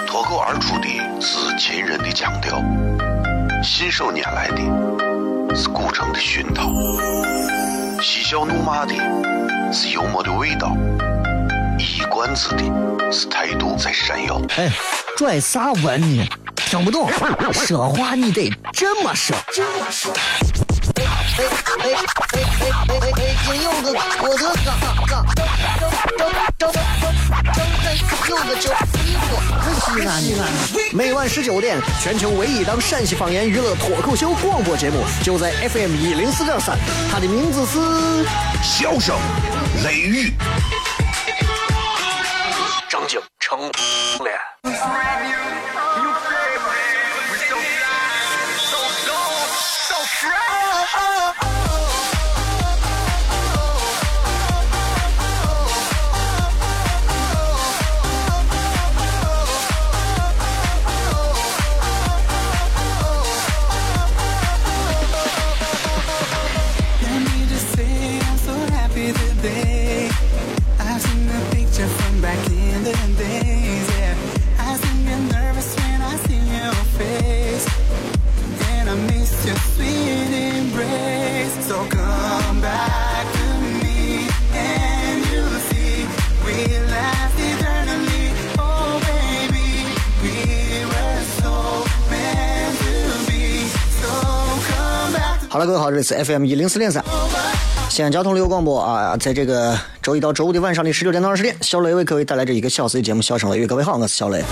脱口而出的是秦人的腔调，信手拈来的是古城的熏陶，嬉笑怒骂的是幽默的味道，一冠子的是态度在闪耀。 哎，拽啥文呢？听不懂，说话你得这么说。北京有个我的西安每晚19点，全球唯一档陕西方言娱乐脱口秀广播节目，就在 FM 104.3，它的名字是笑声雷雨张景成脸。好了，各位好，这里是 FM 104.3西安交通旅游广播啊，在这个周一到周五的晚上的19点到20点，小雷为各位带来这一个小时的节目，笑声雷雨。各位好，我是小雷。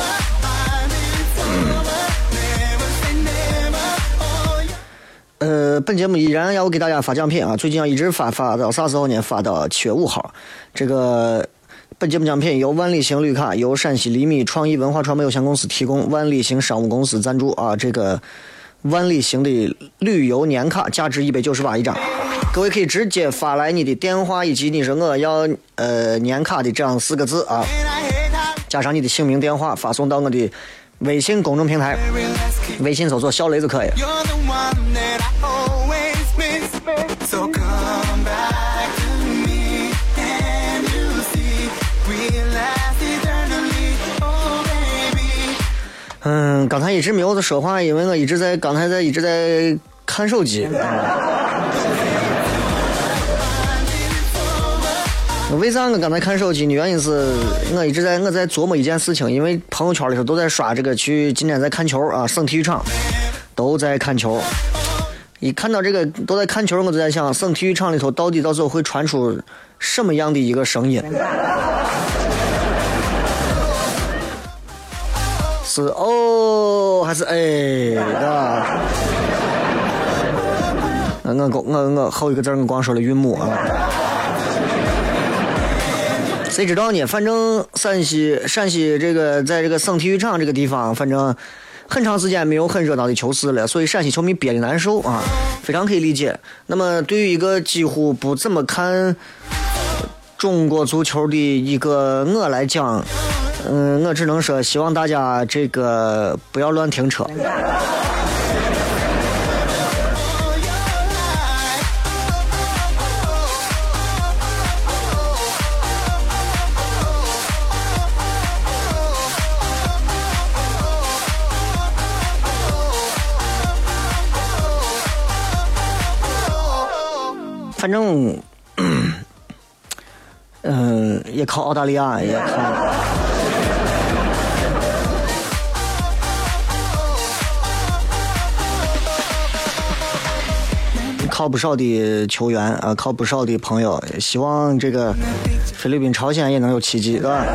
本节目依然要给大家发奖品啊，最近要一直发到啥时候呢？发到7月5号。这个本节目奖品由万里行绿卡由陕西厘米创意文化传媒有限公司提供，万里行商务公司赞助啊，这个万里行的旅游年卡价值198一张，各位可以直接发来你的电话以及你说我要年卡的这样4个字啊，加上你的姓名电话，发送到我的微信公众平台，微信搜索小雷就可以。刚才一直没有说话，因为我一直在看手机。为啥我刚才看手机呢？原因是我一直在琢磨一件事情，因为朋友圈里头都在刷这个去今天在看球啊，省体育场都在看球。一看到这个都在看球，我就在想，省体育场里头到底到时候会传出什么样的一个声音？是哦还是哎的？我后一个字我光说了韵母啊。谁知道呢？反正陕西这个在这个省体育场这个地方，反正很长时间没有很热闹的球市了，所以陕西球迷憋得难受啊，非常可以理解。那么对于一个几乎不怎么看中国足球的一个我来讲，我只能说希望大家这个不要乱停车。反正也靠澳大利亚，也靠不少的球员啊，靠不少的朋友，希望这个菲律宾、朝鲜也能有奇迹，对吧？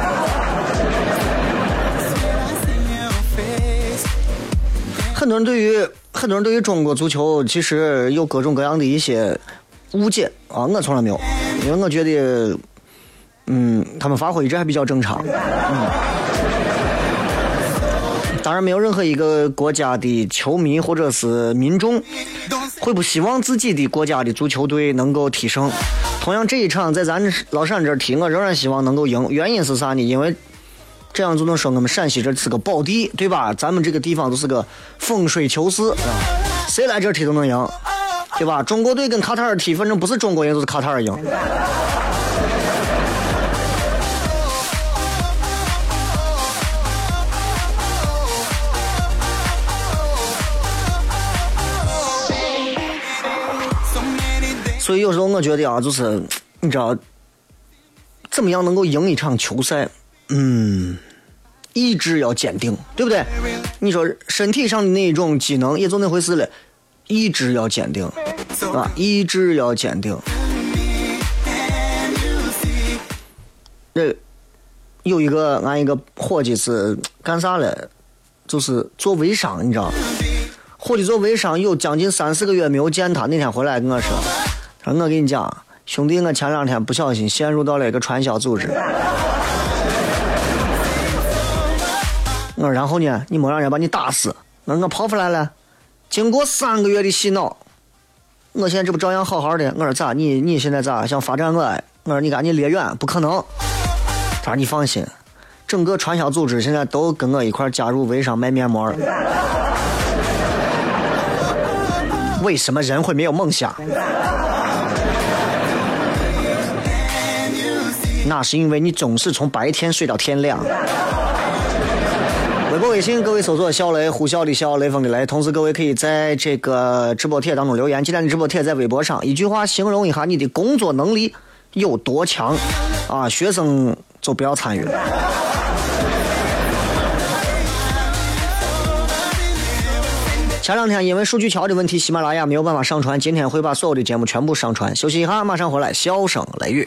很多人对于中国足球其实有各种各样的一些误解啊，我从来没有，因为我觉得他们发挥一直还比较正常。当然没有任何一个国家的球迷或者是民众会不希望自己的国家的足球队能够提升。同样这一场在咱老陕这儿踢，我仍然希望能够赢。原因是啥呢？因为这样就能说我们陕西这是个宝地，对吧？咱们这个地方都是个风水球市啊，谁来这儿踢都能赢，对吧？中国队跟卡塔尔踢，反正不是中国赢就是卡塔尔赢。 所以有时候我觉得啊，就是你知道，怎么样能够赢一场球赛？意志要坚定，对不对？你说身体上的那种机能也就那回事了，意志要坚定，啊，意志要坚定。这有俺一个伙计是干啥了？就是做微商，你知道？伙计做微商有将近3-4个月没有见他，那天回来跟我说，我跟你讲，兄弟，我前2天不小心陷入到了一个传销组织。我说然后呢，你没让人把你打死？我跑出来了。经过3个月的洗脑，我现在这不照样好好的？我说咋？你现在咋想发展我？我说你赶紧离远，不可能。他说你放心，整个传销组织现在都跟我一块加入微商卖面膜了。为什么人会没有梦想？那是因为你总是从白天睡到天亮。微博微信各位搜索小雷，呼啸的啸，雷锋的雷。同时各位可以在这个直播帖当中留言，今天的直播帖在微博上，一句话形容一下你的工作能力有多强啊！学生就不要参与。前2天因为数据桥的问题，喜马拉雅没有办法上传，今天会把所有的节目全部上传。休息一下，马上回来，笑声雷雨。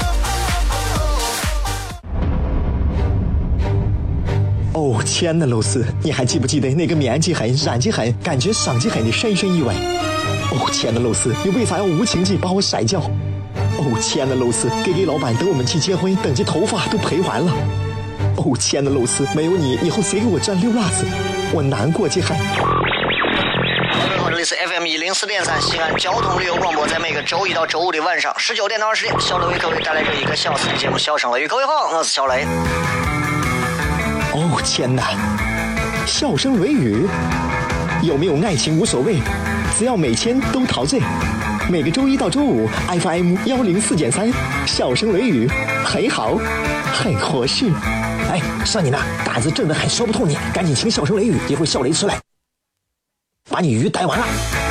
哦，亲爱的露丝，你还记不记得那个面积狠、染技狠、感觉伤及狠的深深意外？哦，亲爱的露丝，你为啥要无情地把我甩掉？哦，亲爱的露丝，给老板等我们去结婚，等这头发都赔完了。哦，亲爱的露丝，没有你，以后谁给我赚溜辣子？我难过极了。 这里是 FM104.3西安交通旅游广播，在每个周一到周五的晚上19点到20点，小雷为各位带来这1个小时的节目《笑声雷雨》。各位好，我是小雷。 哦天哪，笑声雷雨，有没有爱情无所谓，只要每天都陶醉。每个周一到周五 FM104.3，笑声雷雨，很好，很合适。哎，算你那胆子正的很，说不透你，赶紧请笑声雷雨，一会儿笑雷出来，把你鱼逮完了。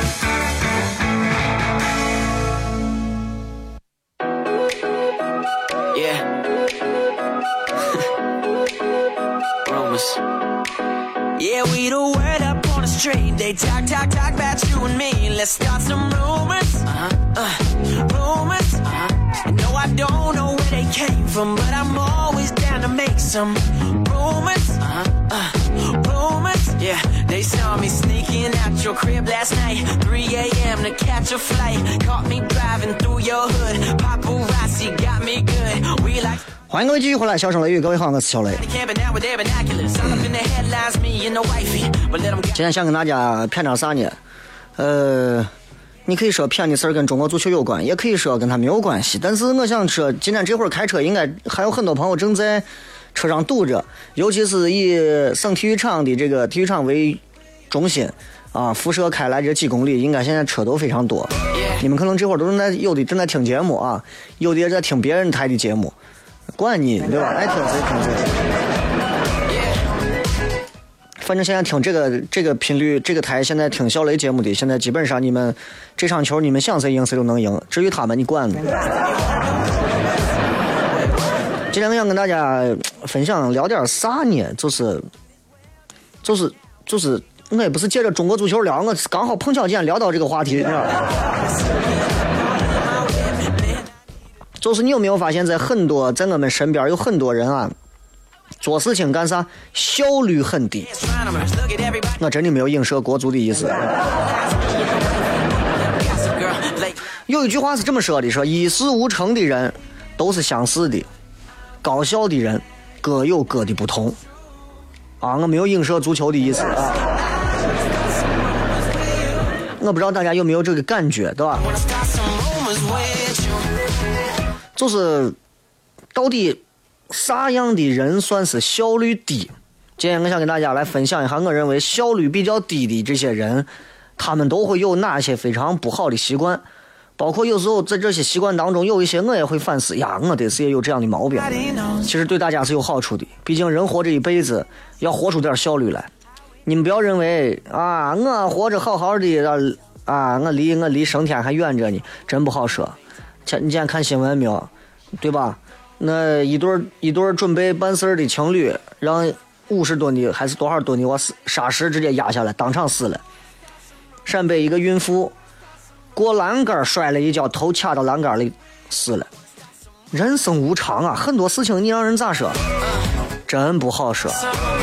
Yeah, we the word up on the street. They talk about you and me. Let's start some rumors. Rumors. No, I don't know where they came from, but I'm always down to make some rumors. Rumors. Yeah, they saw me sneaking out your crib last night. 3 a.m. to catch a flight. Caught me driving through your hood. Paparazzi got me good. We like. 欢迎各位继续回来，笑声雷雨，各位好，我是小雷。今天想跟大家谝点啥呢？你可以说谝的事儿跟中国足球有关，也可以说跟他没有关系。但是我想说，今天这会儿开车，应该还有很多朋友正在车上堵着，尤其是以省体育场的这个体育场为中心啊，辐射开来这几公里，应该现在车都非常多。你们可能这会儿都有的正在听节目啊，有的也在听别人台的节目。管你对吧？爱听谁听谁。反正现在听这个频率，这个台现在听小雷节目的，现在基本上你们这场球你们想谁赢谁都能赢，至于他们你管。今天我想跟大家分享聊点啥呢？就是我也不是借着中国足球聊，我刚好碰巧间聊到这个话题，你知道吗？就是你有没有发现，在我们身边有很多人啊，做事情干啥效率很低。我真的没有影射国足的意思。有一句话是这么说的，说一事无成的人都是相似的，高效的人各有各的不同。啊，我没有影射足球的意思啊。我不知道大家有没有这个感觉，对吧？就是到底啥样的人算是效率低？今天我想跟大家来分享一下，我认为效率比较低的这些人，他们都会有哪些非常不好的习惯，包括有时候在这些习惯当中有一些我也会反思呀，我得是也有这样的毛病，其实对大家是有好处的，毕竟人活这一辈子要活出点效率来。你们不要认为啊，我活着好好的啊，我离升天还远着呢，真不好说。你今天看新闻没有？对吧？那一对准备办事的情侣，让50吨的还是多少吨的砂石直接压下来，当场死了。陕北一个孕妇过栏杆摔了一跤，头卡到栏杆里死了。人生无常啊，很多事情你让人咋说？真不好说。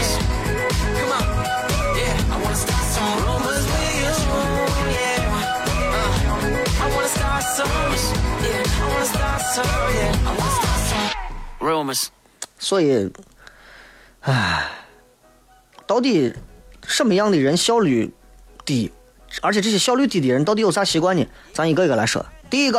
所以，到底什么样的人效率低？而且这些效率低的人到底有啥习惯呢？咱一个一个来说。第一个，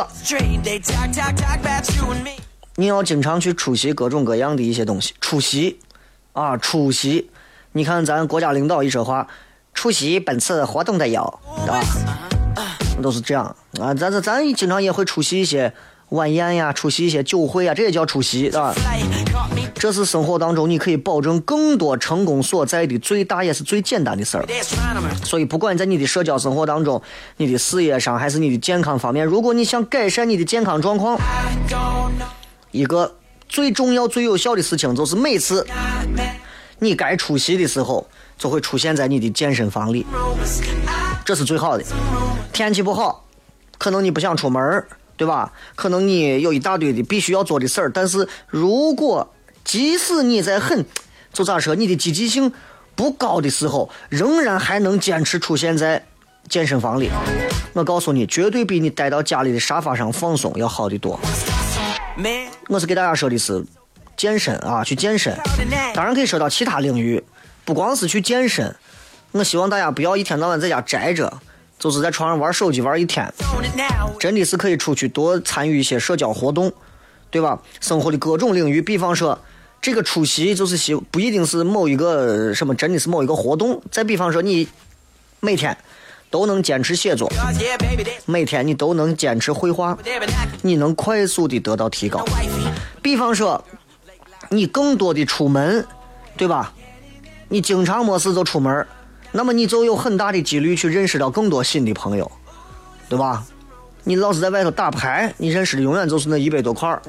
你要经常去出席各种各样的一些东西。出席，你看咱国家领导一说话，出席本次活动的有，对吧？都是这样啊。咱经常也会出席一些晚宴呀，出席一些酒会啊，这也叫出席，对吧？这是生活当中你可以保证更多成功所在的最大也是最简单的事儿。所以不管在你的社交生活当中，你的事业上还是你的健康方面，如果你想改善你的健康状况，一个最重要最有效的事情就是每次你该出席的时候就会出现在你的健身房里，这是最好的。天气不好，可能你不想出门，对吧？可能你有一大堆的必须要做的事儿，但是如果即使你在就咋说，你的积极性不高的时候，仍然还能坚持出现在健身房里，我告诉你，绝对比你待到家里的沙发上放松要好得多。我是给大家说的是健身啊，去健身，当然可以说到其他领域，不光是去健身。我希望大家不要一天到晚在家宅着，就是在床上玩手机玩一天，真的是可以出去多参与一些社交活动，对吧？生活的各种领域，比方说这个出席就是不一定是某一个什么，真的是某一个活动。再比方说你每天都能坚持写作，每天你都能坚持绘画，你能快速的得到提高。比方说你更多的出门，对吧？你经常没事就出门，那么你就有很大的几率去认识到更多新的朋友，对吧？你老是在外头打牌，你认识的永远就是那100多块。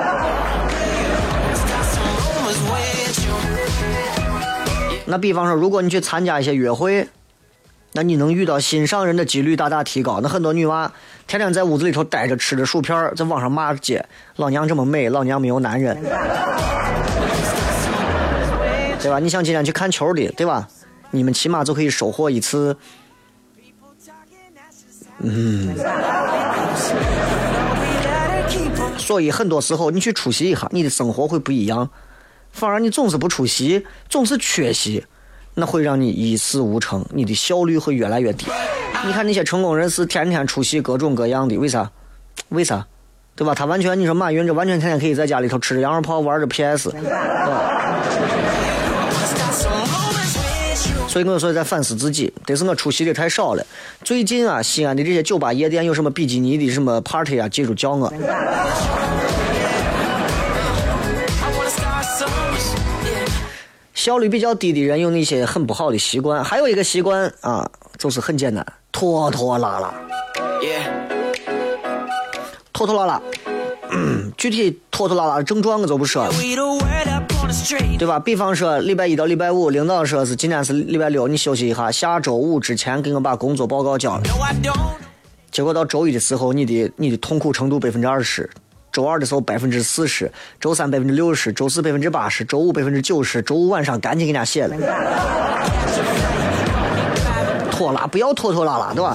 那比方说如果你去参加一些约会，那你能遇到心上人的几率大大提高。那很多女娃天天在屋子里头待着吃着薯片，在网上骂街，老娘这么美，老娘没有男人，对吧？你想今天去看球的，对吧？你们起码就可以收获一次所以很多时候你去出席一下，你的生活会不一样。反而你总是不出席，总是缺席，那会让你一事无成，你的效率会越来越低。你看那些成功人士天天出席各种各样的，为啥？对吧？他完全，你说马云这完全天天可以在家里头吃着羊肉泡玩着 PS， 对吧？所以我说在反思自己，得是我出席的太少了。最近啊，西安的这些酒吧夜店有什么比基尼的什么 party 啊，记住叫我。效率比较低的人有那些很不好的习惯，还有一个习惯啊，就是很简单，拖拖拉拉。拖拖拉拉，具体拖拖拉拉的症状我就不说了，对吧？比方说礼拜一到礼拜五，领导说是今天是礼拜六，你休息一下，下周五之前给我把工作报告交了。结果到周一的时候，你的痛苦程度20%。周二的时候40%，周三60%，周四80%，周五90%，周五晚上赶紧给人家写了。拖拉，不要拖拖拉拉，对吧？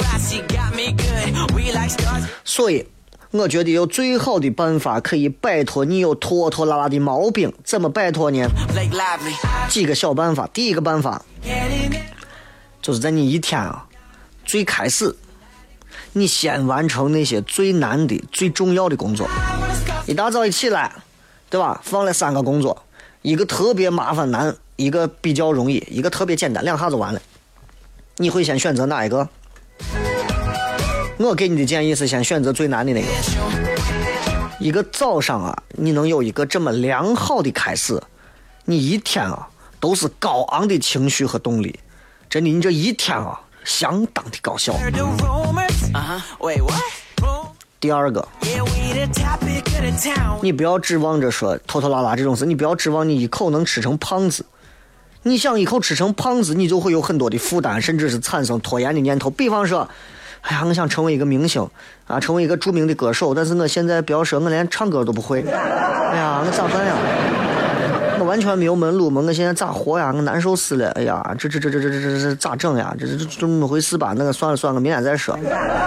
所以我觉得有最好的办法可以摆脱你有拖拖拉拉的毛病。怎么摆脱呢？几个小办法。第一个办法就是在你一天啊最开始，你先完成那些最难的最重要的工作。一大早一起来，对吧？放了3个工作，一个特别麻烦难，一个比较容易，一个特别简单，2下就完了。你会先选择哪一个？我给你的建议是先选择最难的那个。一个早上啊，你能有一个这么良好的开始，你一天啊都是高昂的情绪和动力。真的，你这一天啊相当的搞笑。第二个，你不要指望着说拖拖拉拉这种事，你不要指望你一口能吃成胖子。你想一口吃成胖子，你就会有很多的负担，甚至是产生拖延的念头。比方说，哎呀，我想成为一个明星啊，成为一个著名的歌手，但是我现在不要说，我连唱歌都不会。哎呀，我咋办呀？我完全没有门路嘛，我现在咋活呀？我难受死了！哎呀，这咋整呀？这这么回事吧？那个算了，我明天再说。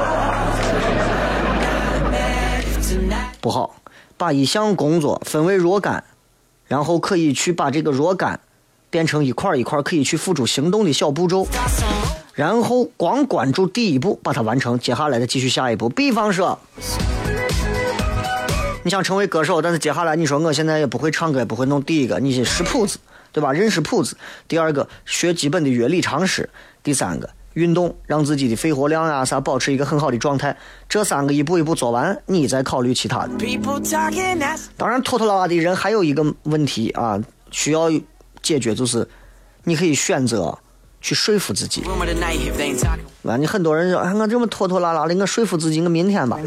不好，把一项工作分为若干，然后可以去把这个若干变成一块一块可以去付诸行动的小步骤，然后光关注第一步把它完成，接下来再继续下一步。比方说你想成为歌手，但是接下来你说我现在也不会唱歌也不会弄，第一个你是识谱子，对吧？认识谱子。第二个学基本的乐理常识。第三个运动，让自己的肺活量啊啥保持一个很好的状态。这三个一步一步做完，你再考虑其他的。当然拖拖拉拉的人还有一个问题啊，需要解决，就是你可以选择去说服自己。你很多人说，哎，我这么拖拖拉拉的，我说服自己，我明天吧。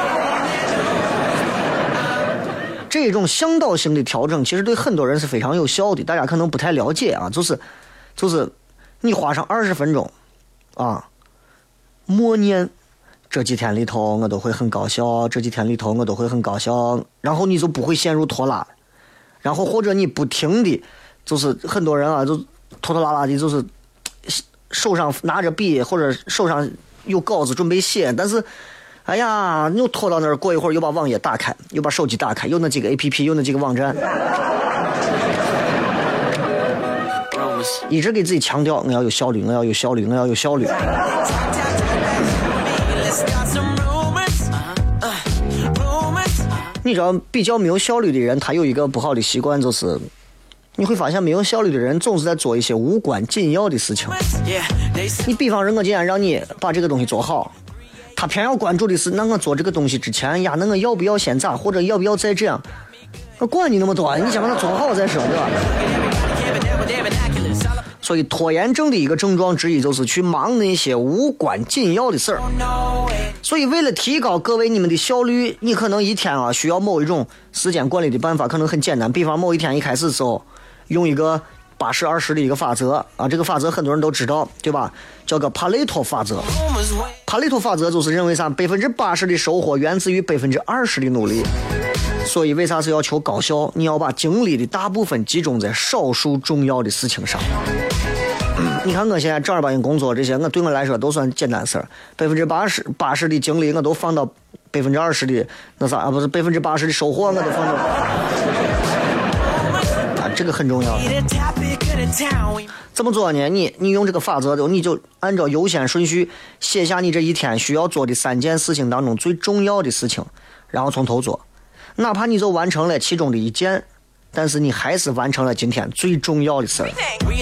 这种向导性的调整其实对很多人是非常有效的，大家可能不太了解啊，就是你花上20分钟啊，默念这几天里头我都会很高效，这几天里头我都会很高效，然后你就不会陷入拖拉。然后或者你不停的，就是很多人啊，就拖拖拉拉的，就是手上拿着笔或者手上有稿子准备写，但是哎呀，你又拖到那儿，过一会儿又把网页打开，又把手机打开，又那几个 APP， 又那几个网站，一直给自己强调我要有效率，我要有效率，我要有效率。你知道比较没有效率的人，他有一个不好的习惯，就是你会发现没有效率的人总是在做一些无关紧要的事情。你比方说我今天让你把这个东西做好，他偏要关注的是，那我做这个东西之前呀，那我要不要先咋，或者要不要再这样？我管你那么多，你先把它做好再说，对吧？所以拖延症的一个症状之一就是去忙那些无关紧要的事儿。所以为了提高各位你们的效率，你可能一天啊需要某一种时间管理的办法，可能很简单。比方某一天一开始的时候，用一个80-20的一个法则啊，这个法则很多人都知道，对吧？叫个帕雷托法则。帕雷托法则就是认为啥，80%的收获源自于20%的努力。所以为啥是要求高效？你要把精力的大部分集中在少数重要的事情上。你看我现在正儿八经工作这些，我对我来说都算简单事儿。80%的精力我都放到20%的那啥啊，不是80%的收获我都放到。这个很重要。怎么做呢？你用这个法则，你就按照优先顺序写下你这一天需要做的3件事情当中最重要的事情，然后从头做。哪怕你就完成了其中的1件，但是你还是完成了今天最重要的事儿。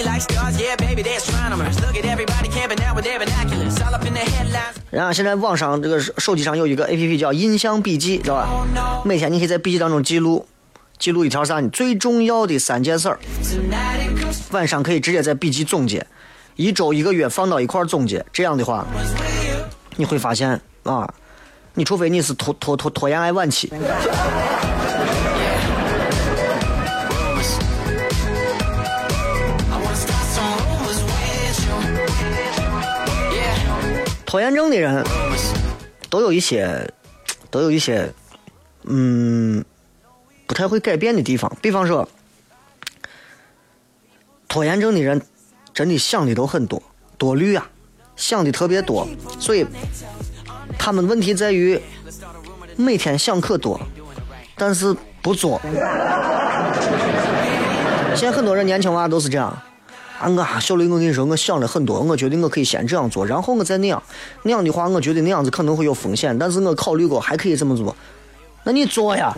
然后现在网上这个手机上有一个 APP 叫印象笔记，知道吧？每天你可以在笔记当中记录一条啥，你最重要的3件事儿。晚上可以直接在笔记总结，1周1个月放到一块总结。这样的话，你会发现啊，你除非你是拖延癌晚期。拖延症的人都有一些不太会改变的地方。比方说拖延症的人真的想的都很多虑啊，想的特别多，所以他们问题在于每天想可多，但是不做。现在很多人年轻娃都是这样啊，小雷，我跟你说，我想了很多，我觉得我可以先这样做，然后我再那样的话，我觉得那样子可能会有风险，但是我考虑过还可以这么做。那你做呀。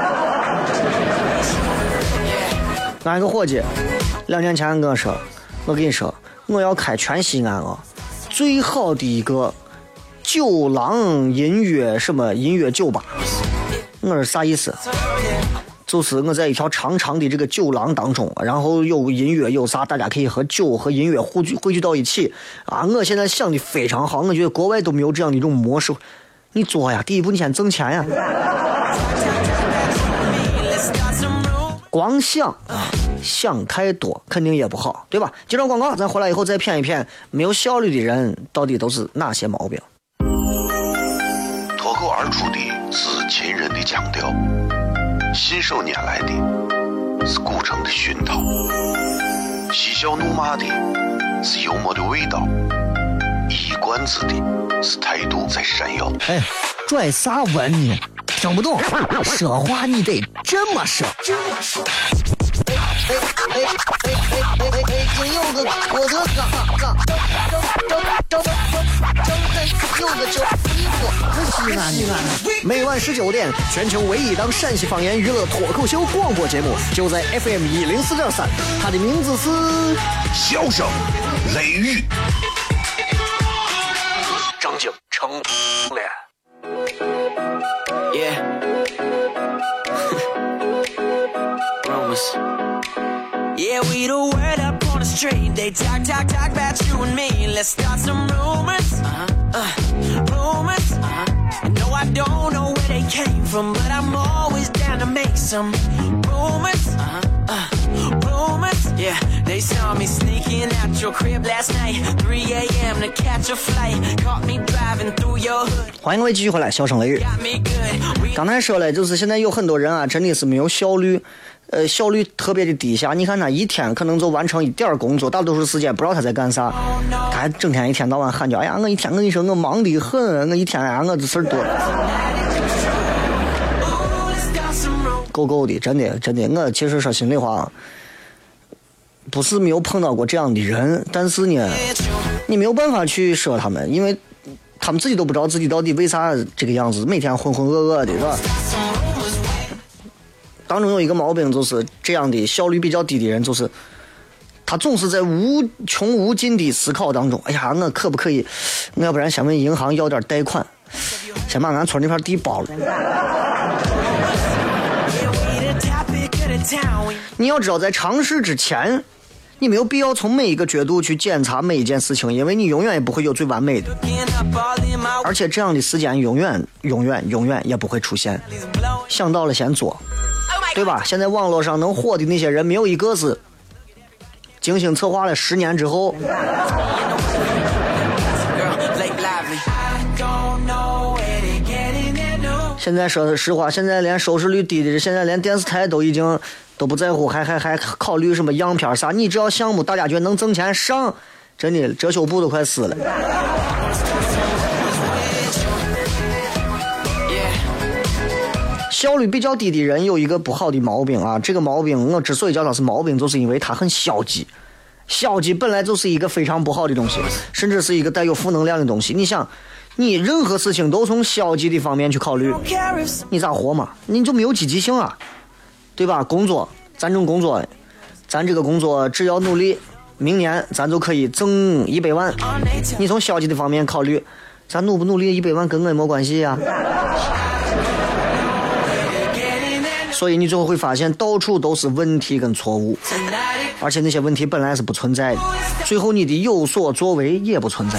俺一个伙计2年前跟我说，我跟你说，我要开全西安最好的一个酒廊音乐酒吧。我说啥意思？ 就是我在一条长长的这个酒廊当中，然后有音乐有啥，大家可以和酒和音乐汇聚到一起啊！我现在想的非常好，我觉得国外都没有这样的一种模式。你做呀，第一步你先挣钱呀。光想太多肯定也不好，对吧？接着广告，咱回来以后再谝一谝没有效率的人到底都是哪些毛病。 脱口而出的是秦人的腔调，信手拈来的是古城的熏陶，嬉笑怒骂的是幽默的味道，一冠子的是态度在闪耀。 哎，拽啥文呢？听不懂，说话你得这么说。 有个我的每晚19点，全球唯一档陕西方言娱乐脱口秀广播节目，就在 FM 104.3，它的名字是笑声雷雨， 张景成脸。 Yeah. Rumors. Yeah, we the word up on the street. They talk about you and me. Let's start some rumors. Rumors. No, I don't know where they came from, but I'm always down to make some rumors. Rumors. Yeah, they saw me sneaking out your crib last night. 3 a.m. to catch a flight. Caught me driving through your hood. 欢迎各位继续回来，笑声雷雨。刚才说了，就是现在有很多人啊，真的是没有效率。效率特别的低下，你看他一天可能就完成一点工作，大多数时间不知道他在干啥，他还整天一天到晚喊叫，哎呀，我一天跟你说我忙得很，我一天啊我这事儿多，够的，真的，我其实说心里话，不是没有碰到过这样的人，但是呢，你没有办法去说他们，因为他们自己都不知道自己到底为啥这个样子，每天浑浑噩噩的，是吧？当中有一个毛病，就是这样的效率比较低的人，就是他总是在无穷无尽的思考当中，哎呀，我可不可以，我要不然先问银行要点贷款，先把俺村那片地包了。你要知道，在尝试之前，你没有必要从每一个角度去检查每一件事情，因为你永远也不会有最完美的，而且这样的时间永远也不会出现。想到了先做，对吧？现在网络上能火的那些人，没有一个是精心策划了10年之后。现在说实话，现在连收视率低的，现在连电视台都不在乎，还考虑什么样片啥？你只要项目大家觉得能挣钱上，真的遮羞布都快死了。效率比较低的人有一个不好的毛病啊，这个毛病我之所以叫它是毛病，就是因为它很消极。消极本来就是一个非常不好的东西，甚至是一个带有负能量的东西。你想，你任何事情都从消极的方面去考虑，你咋活嘛？你就没有积极性啊，对吧？工作，咱这个工作只要努力，明年咱就可以挣100万。你从消极的方面考虑，咱努不努力100万跟我也没关系呀。所以你最后会发现到处都是问题跟错误，而且那些问题本来是不存在的，最后你的有所作为也不存在，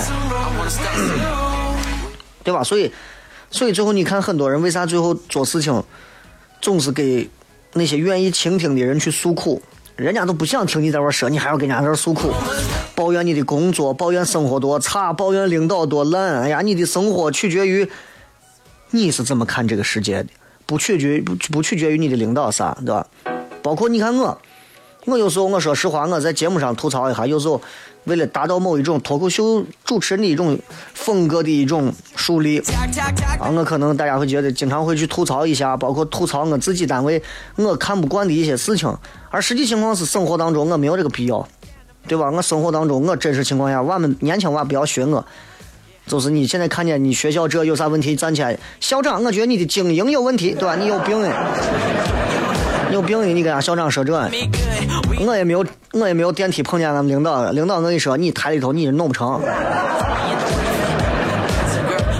对吧？所以最后你看很多人为啥最后做事情总是给那些愿意倾听的人去诉苦，人家都不想听你在这说，你还要跟人家在这诉苦，抱怨你的工作，抱怨生活多差，抱怨领导多烂。哎呀，你的生活取决于你是怎么看这个世界的，不取决于你的领导啥，对吧？包括你看我有时候我说实话，我在节目上吐槽一下，有时候为了达到某一种脱口秀主持人的一种风格的一种树立啊，我可能大家会觉得经常会去吐槽一下，包括吐槽我自己单位我看不惯的一些事情，而实际情况是生活当中我没有这个必要，对吧？我生活当中我真实情况下，娃们年轻娃不要学我，就是你现在看见你学校这有啥问题站起来，校长我觉得你的经营有问题，对吧？你有病哎，你有病哎，你跟俺校长说这，我也没有电梯碰见俺们领导我跟你说，你台里头你弄不成，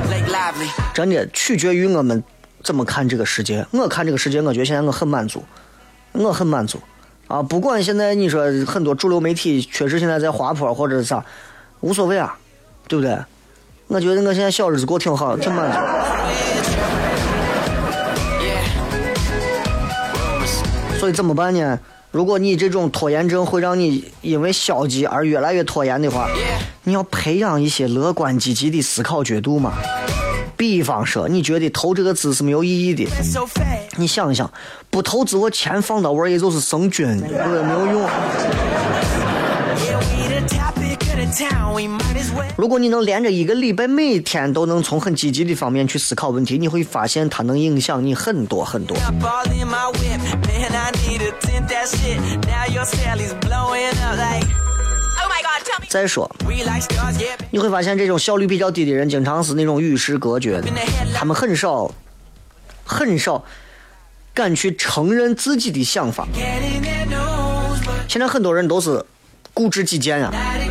真的取决于我们怎么看这个世界。我看这个世界，我觉得现在我很满足， 我很满足啊。不管现在你说很多主流媒体确实现在在滑坡或者是啥，无所谓啊，对不对？我觉得我现在小日子过挺好，挺满足。所以怎么办呢？如果你这种拖延症会让你因为消极而越来越拖延的话，你要培养一些乐观积极的思考角度嘛。比方说你觉得投这个资是没有意义的，你想一想，不投资我钱放到位也就是生菌，对不对？没有用。如果你能连着一个礼拜每天都能从很积极的方面去思考问题，你会发现它能影响你很多很多。再说你会发现这种效率比较低的人经常是那种与世隔绝的，他们很少敢去承认自己的想法。现在很多人都是固执己见啊，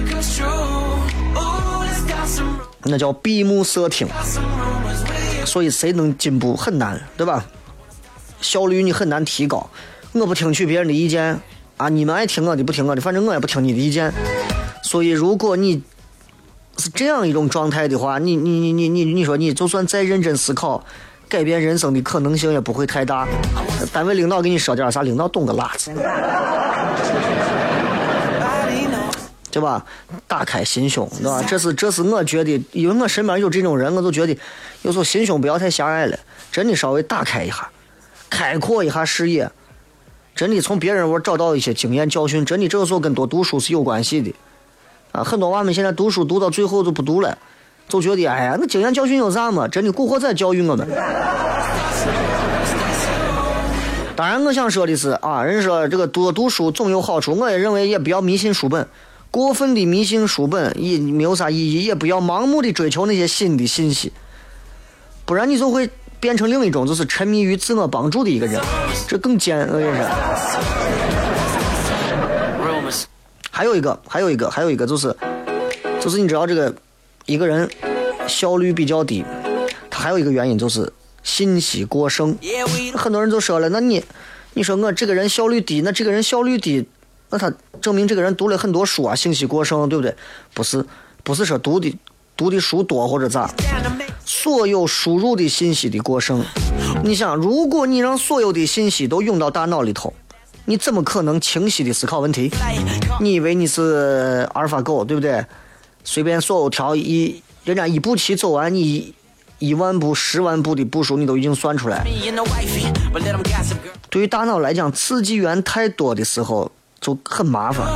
那叫闭目塞听，所以谁能进步很难，对吧？效率你很难提高。我不听取别人的意见啊，你们爱听我的不听我的，反正我也不听你的意见。所以如果你是这样一种状态的话，你说你就算再认真思考，改变人生的可能性也不会太大。单位领导给你说点啥，领导懂个拉子，对吧？打开心胸，对吧？这是我觉得，因为我身边有这种人，我就觉得有时候心胸不要太狭隘了，真的稍微打开一下，开阔一下视野，真的从别人我找到一些经验教训，真的这个时候跟多读书是有关系的啊！很多娃们现在读书读到最后就不读了，就觉得哎呀，那经验教训有啥嘛？真的古惑仔教育我们。当然，我想说的是啊，人说这个多读书总有好处，我也认为也不要迷信书本。过分的迷信书本也没有啥意义，也不要盲目的追求那些新的信息，不然你就会变成另一种就是沉迷于自我帮助的一个人，这更奸恶也是。还有一个就是你知道这个一个人效率比较低，他还有一个原因就是信息过剩。很多人就说了，那你说我这个人效率低，那这个人效率低，那他证明这个人读了很多书啊，信息过剩，对不对？不是说读的书多或者咋，所有输入的信息的过剩。你想，如果你让所有的信息都涌到大脑里头，你怎么可能清晰的思考问题？你以为你是阿尔法狗，对不对？随便所有条人家一步棋走完，你1万步10万步的步数你都已经算出来。对于大脑来讲，刺激源太多的时候就很麻烦。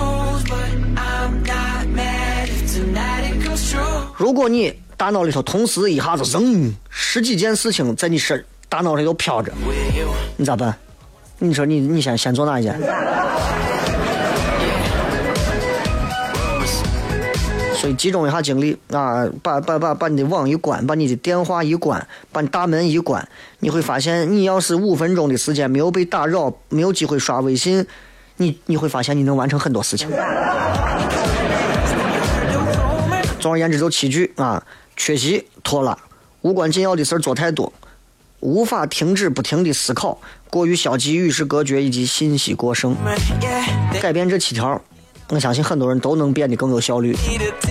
如果你大脑里头同时一下子10几件事情在你大脑里头飘着，你咋办？你说你先做哪一件？所以集中一下精力啊，把你的网一关，把你的电话一关，把你大门一关，你会发现，你要是5分钟的时间没有被打扰，没有机会刷微信，你会发现你能完成很多事情。总而言之就7句啊：缺席、拖拉、无关紧要的事做太多、无法停止不停的思考、过于消极、与世隔绝以及信息过剩。改变这7条，我相信很多人都能变得更有效率。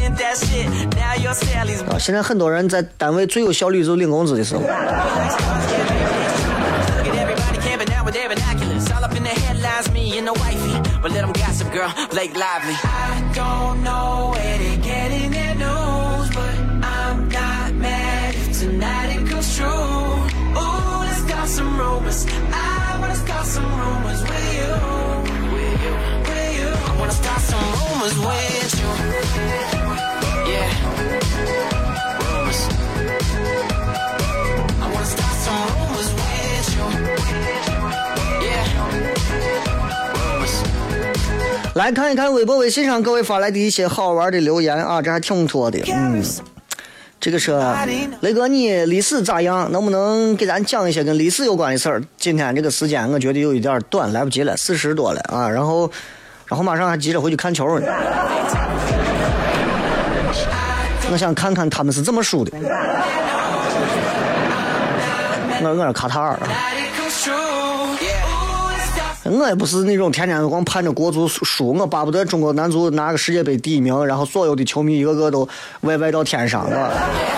现在很多人在单位最有效率就是领工资的时候。来看一看微博微信上各位发来的一些好玩的留言啊，这还挺多的。这个是雷哥，你历史咋样？能不能给咱讲一些跟历史有关的事儿？今天这个时间我觉得有一点短，来不及了，40多了啊，然后马上还急着回去看球呢。我想看看他们是怎么输的。我是卡塔尔啊。 我也不是那种天天光盼着国足输，我巴不得中国男足拿个世界杯第一名，然后所有的球迷一个个都歪到天上了。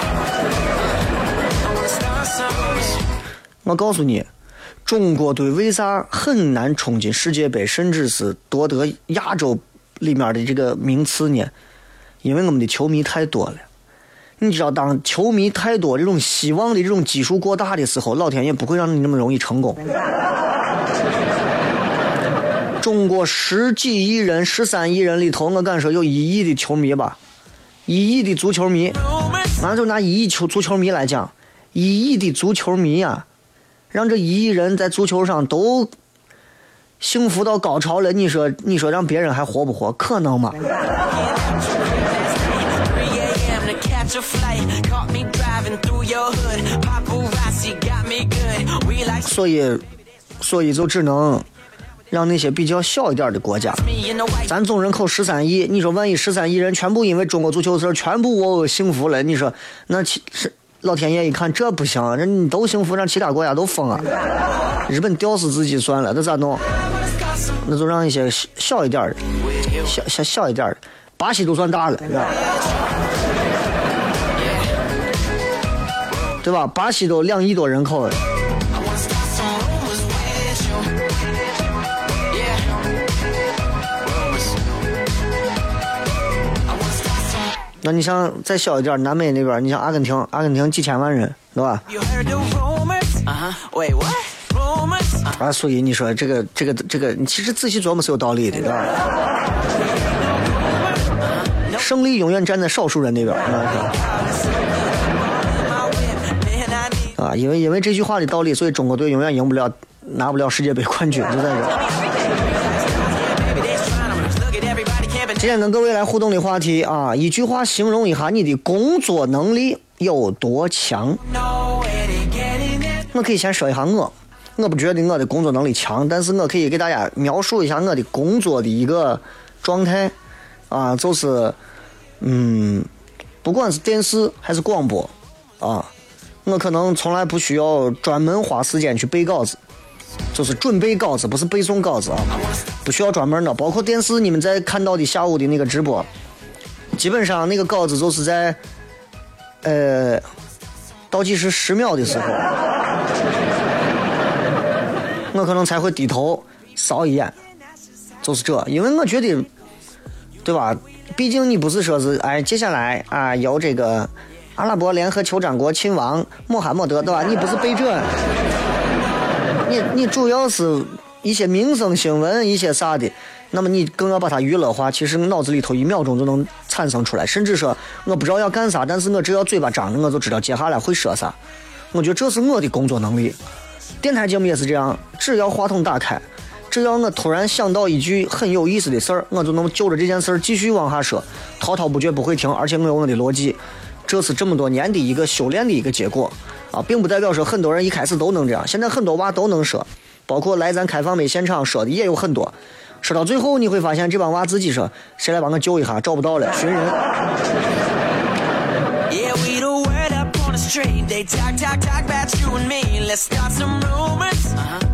我告诉你，中国队为啥很难冲进世界杯，甚至是夺得亚洲里面的这个名次呢？因为我们的球迷太多了。你知道，当球迷太多，这种希望的这种基数过大的时候，老天爷不会让你那么容易成功。中国10几亿人、13亿人里头，我敢说有1亿的球迷吧，1亿的足球迷，那就拿1亿足球迷来讲，1亿的足球迷啊，让这1亿人在足球上都幸福到高潮了，你说让别人还活不活？可能吗？所以就只能让那些比较小一点的国家，咱总人口13亿，你说万一13亿人全部因为中国足球事全部幸福了，你说那老天爷一看这不行，人都幸福，让其他国家都疯啊！日本吊死自己算了，那咋弄？那就让一些小一点的，小一点的，巴西都算大了，对吧？巴西都2亿多人口了。那你像再小一点，南美那边，你像阿根廷几千万人，对吧？啊，所以你说这个，你其实仔细琢磨是有道理的，对吧？胜利永远站在少数人那边，啊，因为这句话的道理，所以中国队永远拿不了世界杯冠军，就在这。今天跟各位来互动的话题啊，一句话形容一下你的工作能力有多强。我可以先说一下我不觉得我的工作能力强，但是我可以给大家描述一下我的工作的一个状态啊，就是不管是电视还是广播啊，我可能从来不需要专门花时间去背稿子，就是准备稿子，不是背诵稿子啊，不需要专门的。包括电视你们在看到的下午的那个直播，基本上那个稿子就是在倒计时10秒的时候，我可能才会低头扫一眼，就是这。因为我觉得，对吧？毕竟你不是说是接下来啊由这个阿拉伯联合酋长国亲王穆罕默德，对吧？你不是背这，你主要是一些民生新闻一些啥的，那么你更要把它娱乐化，其实脑子里头1秒钟就能产生出来，甚至说我不知道要干啥，但是我只要嘴巴张着我就知道接下来会说啥。我觉得这是我的工作能力。电台节目也是这样，只要话筒打开，只要我突然想到一句很有意思的事儿，我就能就着这件事儿继续往下说，滔滔不绝不会停，而且我有我的逻辑。这是这么多年的一个修炼的一个结果啊，并不代表说很多人一开始都能这样，现在很多娃都能说，包括来咱开放美现场说的也有很多，说到最后你会发现这帮娃自己说谁来帮我救一下，找不到了，寻人。They talk about you and me. Let's start some rumors.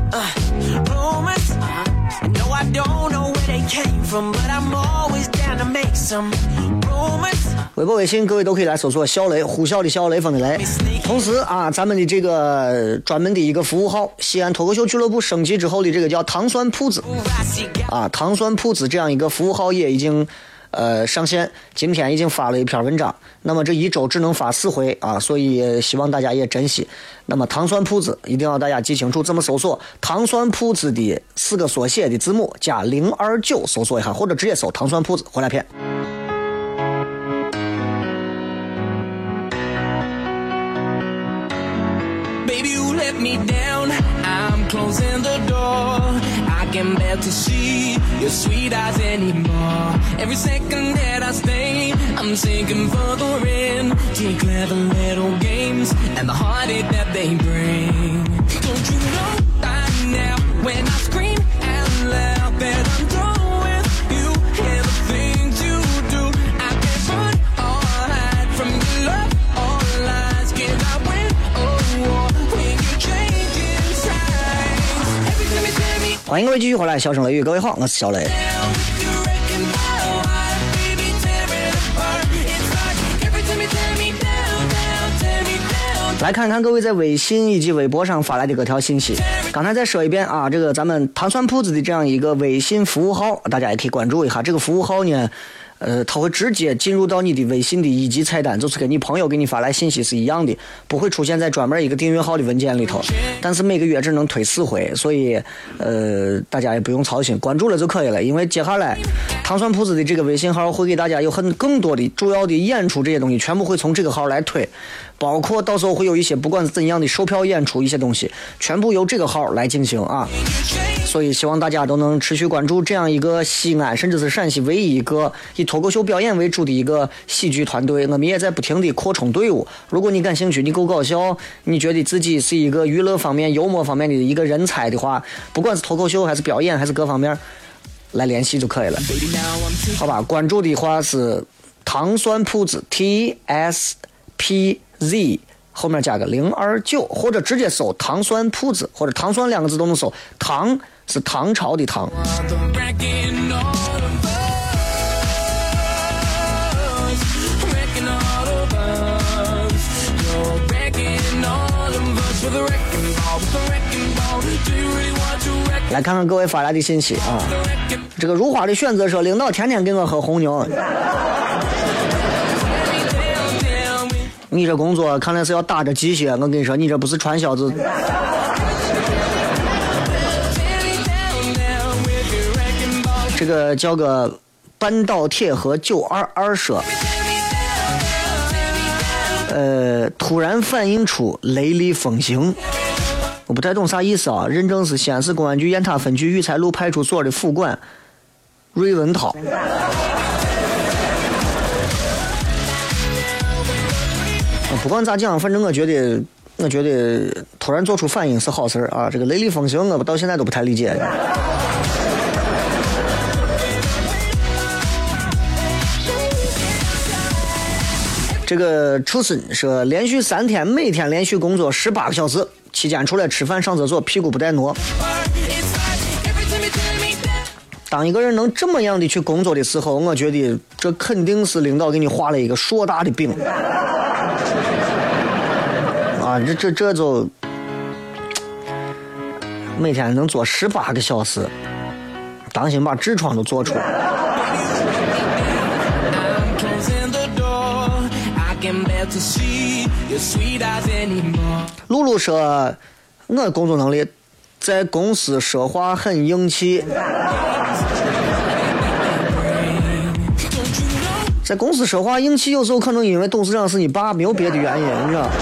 Rumors. No, I don't know where they came from, but I'm always down to make some rumors. 微博微信各位都可以来搜索小雷，呼啸的小，雷锋的雷。同时啊，咱们的这个专门的一个服务号西安脱口秀俱乐部升级之后的这个叫糖酸铺子啊，糖酸铺子这样一个服务号也已经上线，今天已经发了一篇文章，那么这一周只能发4回啊，所以希望大家也珍惜。那么糖酸铺子一定要大家记清楚怎么搜索，糖酸铺子的4个缩写的字母加029搜索一下，或者直接搜糖酸铺子回来片。Baby, you let me down, I'm closing the door, I can't bear to see your sweet eyes anymore. Every second that I stay, I'm sinking further in to clever little games and the heartache that they bring. Don't you know by now when I scream out loud that I'm done with you and the things you do, I can't run or hide from your love or lies, can I win or war when you change inside? Every time you tell me 欢迎各位继续回来，笑声雷雨，各位好，我是小雷。来看看各位在微信以及微博上发来的各条信息。刚才再说一遍啊，这个咱们糖酸铺子的这样一个微信服务号，大家也可以关注一下。这个服务号呢，它会直接进入到你的微信的一级菜单，就是跟你朋友给你发来信息是一样的，不会出现在专门一个订阅号的文件里头。但是每个月只能推4回，所以大家也不用操心，关注了就可以了。因为接下来糖酸铺子的这个微信号会给大家有更多的主要的演出，这些东西全部会从这个号来推，包括到时候会有一些不管是怎样的售票演出一些东西，全部由这个号来进行啊。所以希望大家都能持续关注这样一个西安甚至是陕西唯一一个以脱口秀表演为主的一个喜剧团队，我们也在不停地扩充队伍。如果你感兴趣，你够搞笑，你觉得自己是一个娱乐方面幽默方面的一个人才的话，不管是脱口秀还是表演还是各方面来联系就可以了，好吧？关注的话是糖酸铺子 TSPZ 后面加个029，或者直接搜糖酸铺子，或者糖酸2个字都能搜。糖是唐朝的唐。来看看各位发来的信息啊！这个如花的选择说，领导天天给我喝红牛。你这工作看来是要打着鸡血，我跟你说，你这不是传销子。这个叫个半岛铁盒922说，突然反映出雷厉风行。我不太懂啥意思啊，认证是西安市公安局雁塔分局育才路派出所的副管瑞文涛。不管咋讲，反正我觉得突然做出反应是好事啊。这个雷厉风行，我到现在都不太理解。这个出身说，连续3天，每天连续工作18个小时，期间出来吃饭上厕所屁股不带挪。当一个人能这么样的去工作的时候，我觉得这肯定是领导给你画了一个硕大的饼啊！这就每天能做18个小时，当心把痔疮都做出来。露露说，我工作能力在公司说话很硬气，在公司说话硬气，有时候可能因为董事长是你爸，没有别的原因，你知道。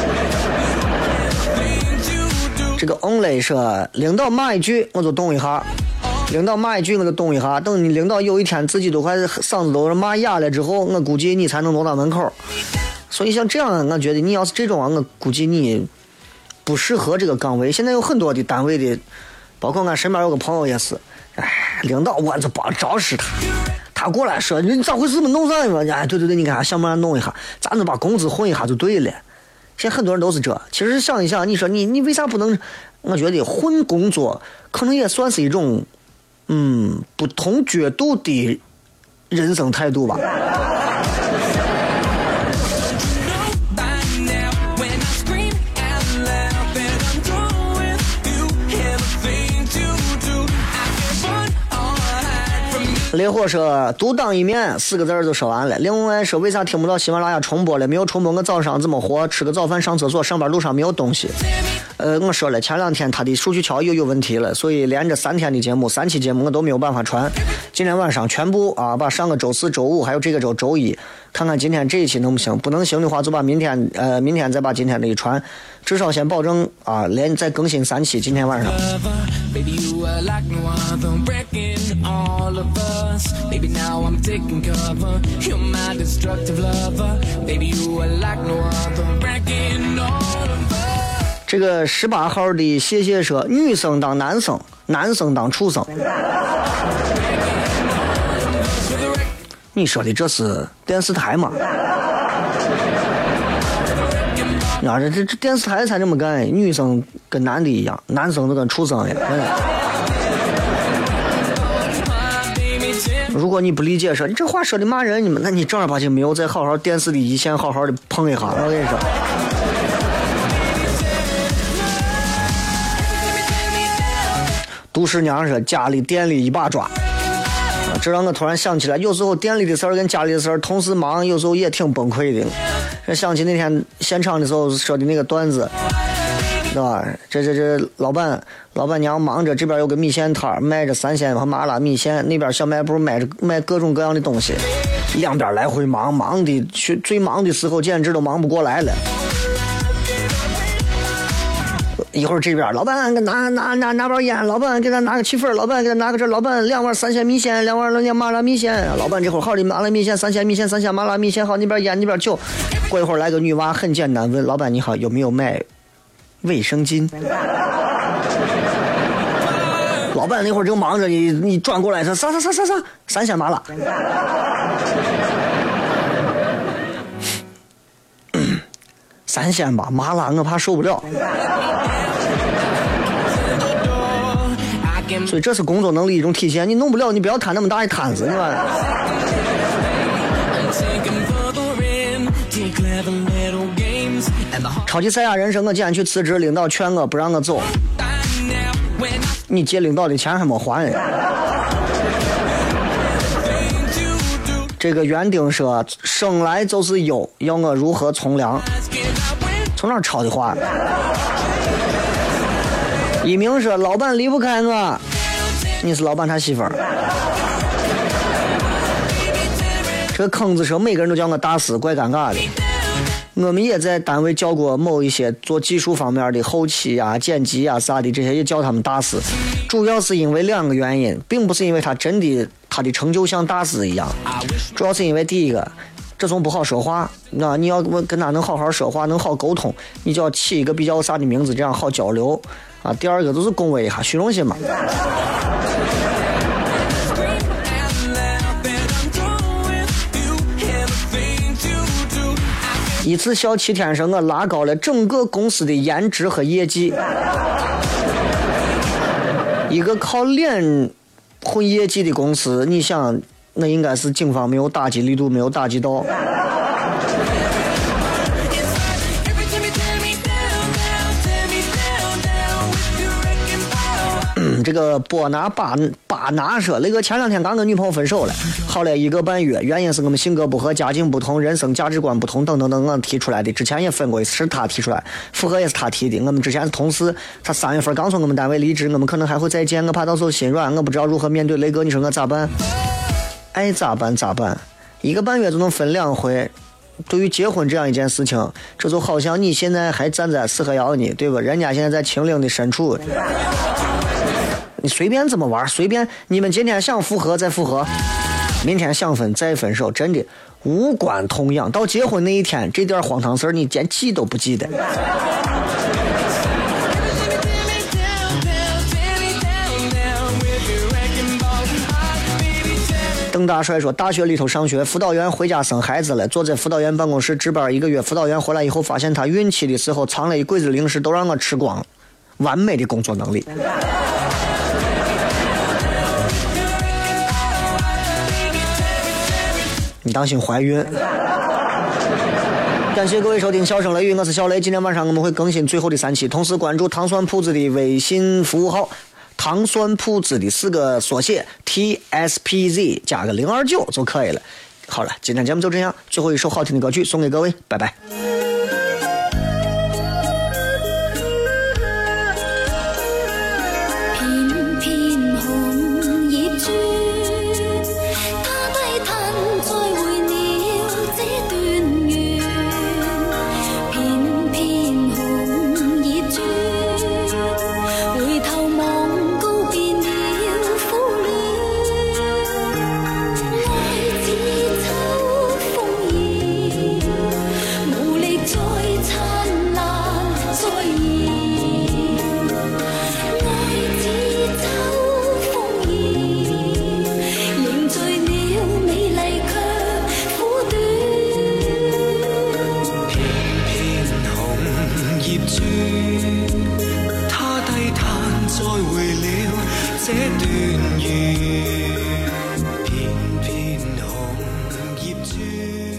这个 only 说，领导骂一句我就动一下，领导骂一句我就动一下，等你领导有一天自己都快嗓子都骂哑了之后，我估计你才能挪到门口。所以像这样，我觉得你要是这种我估计你不适合这个岗位。现在有很多的单位的，包括俺身边有个朋友也是，领导我就帮招使他过来说你咋回事嘛，弄啥嘛？对，你看想办法弄一下，咱就把工资混一下就对了。现在很多人都是这，其实想一想，你说你为啥不能？我觉得混工作可能也算是一种不同角度的人生态度吧。烈火说独当一面4个字就说完了。另外说为啥听不到喜马拉雅重播了？没有重播我早上怎么活？吃个早饭上厕所，上班路上没有东西。我说了，前2天他的数据桥又有问题了，所以连着3天的节目3期节目我都没有办法传。今天晚上全部把上个周4周5还有这个周1看看今天这一期能不行，不能行的话就把明天再把今天的一传，至少先保证连再更新3期今天晚上。Baby now I'm taking cover. You're my destructive lover. Baby you are like no other. Breaking all of us. 这个18号的谢谢说，女生当男生，男生当畜生。你说的这是电视台吗？啊，这电视台才这么干，女生跟男的一样，男生都跟畜生一样。 如果你不理解，说你这话说的骂人，你们，那你正儿八经没有在好好电视的一线好好的碰一下。我跟你说，杜十娘说家里店里一把抓。这让我突然想起来，有时候店里的事儿跟家里的事儿同时忙，有时候也挺崩溃的。这想起那天现场的时候说的那个段子，对吧？这老板娘忙着，这边有个米线摊卖着3鲜和麻辣米线，那边小卖部卖各种各样的东西，两边来回忙的，最忙的时候简直都忙不过来了。一会儿这边老板给拿包烟，老板给他拿个气氛，老板给他拿个这，老板2碗3鲜米线，2碗麻辣米线，老板这会儿好的麻辣米线，3鲜米线，3鲜麻辣米线，好，那边烟那边酒。过一会儿来个女娃，很简单问老板你好，有没有卖卫生巾？老板那会儿正忙着，你转过来，他啥3鲜麻辣。3鲜吧，麻辣我怕受不了。所以这是工作能力一种体现，你弄不了，你不要摊那么大一摊子，对吧？超级赛亚人生，我今天去辞职，领导劝我不让我走，你借领导的钱还没还呀？这个园丁说生来就是忧，要我如何从良？从哪抄的话？一鸣说老板离不开我，你是老板他媳妇儿。这个坑子说每个人都叫我大师，怪尴尬的。我们也在单位叫过某一些做技术方面的后期啊、剪辑啊啥的，这些也叫他们大师，主要是因为2个原因，并不是因为他的成就像大师一样，主要是因为第一个，这种不好说话，那你要跟他能好好说话，能好沟通，你就要起一个比较啥的名字，这样好交流啊。第二个都是恭维一下，虚荣心嘛。一次笑7天上，我拉高了整个公司的颜值和业绩。一个靠脸混业绩的公司，你想，那应该是警方没有打击力度，没有打击到。这个波拿巴拿说，那个前2天刚跟女朋友分手了，好了1个半月，原因是我们性格不合，家境不同，人生价值观不同等等等等提出来的。之前也分过一次，是他提出来，复合也是他提的。我们之前是同事，他3月份刚从我们单位离职，我们可能还会再见，我怕到时候心软，我不知道如何面对。雷哥，你说我咋办？爱咋办咋办，1个半月就能分2回。对于结婚这样一件事情，这就好像你现在还站在四合窑呢，对吧？人家现在在秦岭的深处。你随便怎么玩，随便你们今天想复合再复合，明天想分再分手，真的无关痛痒。到结婚那一天，这点荒唐事儿你连记都不记得。邓大帅说，大学里头上学，辅导员回家生孩子了，坐在辅导员办公室值班1个月，辅导员回来以后发现他孕期的时候藏了一柜子零食，都让我吃光了，完美的工作能力。你当心怀孕。感谢各位收听笑声雷雨，我是小雷。今天晚上我们会更新最后的3期，同时关注糖酸铺子的微信服务号，糖酸铺子的4个缩写 TSPZ 加个029就可以了。好了，今天节目就这样，最后一首好听的歌曲送给各位，拜拜。 爱似秋风雨。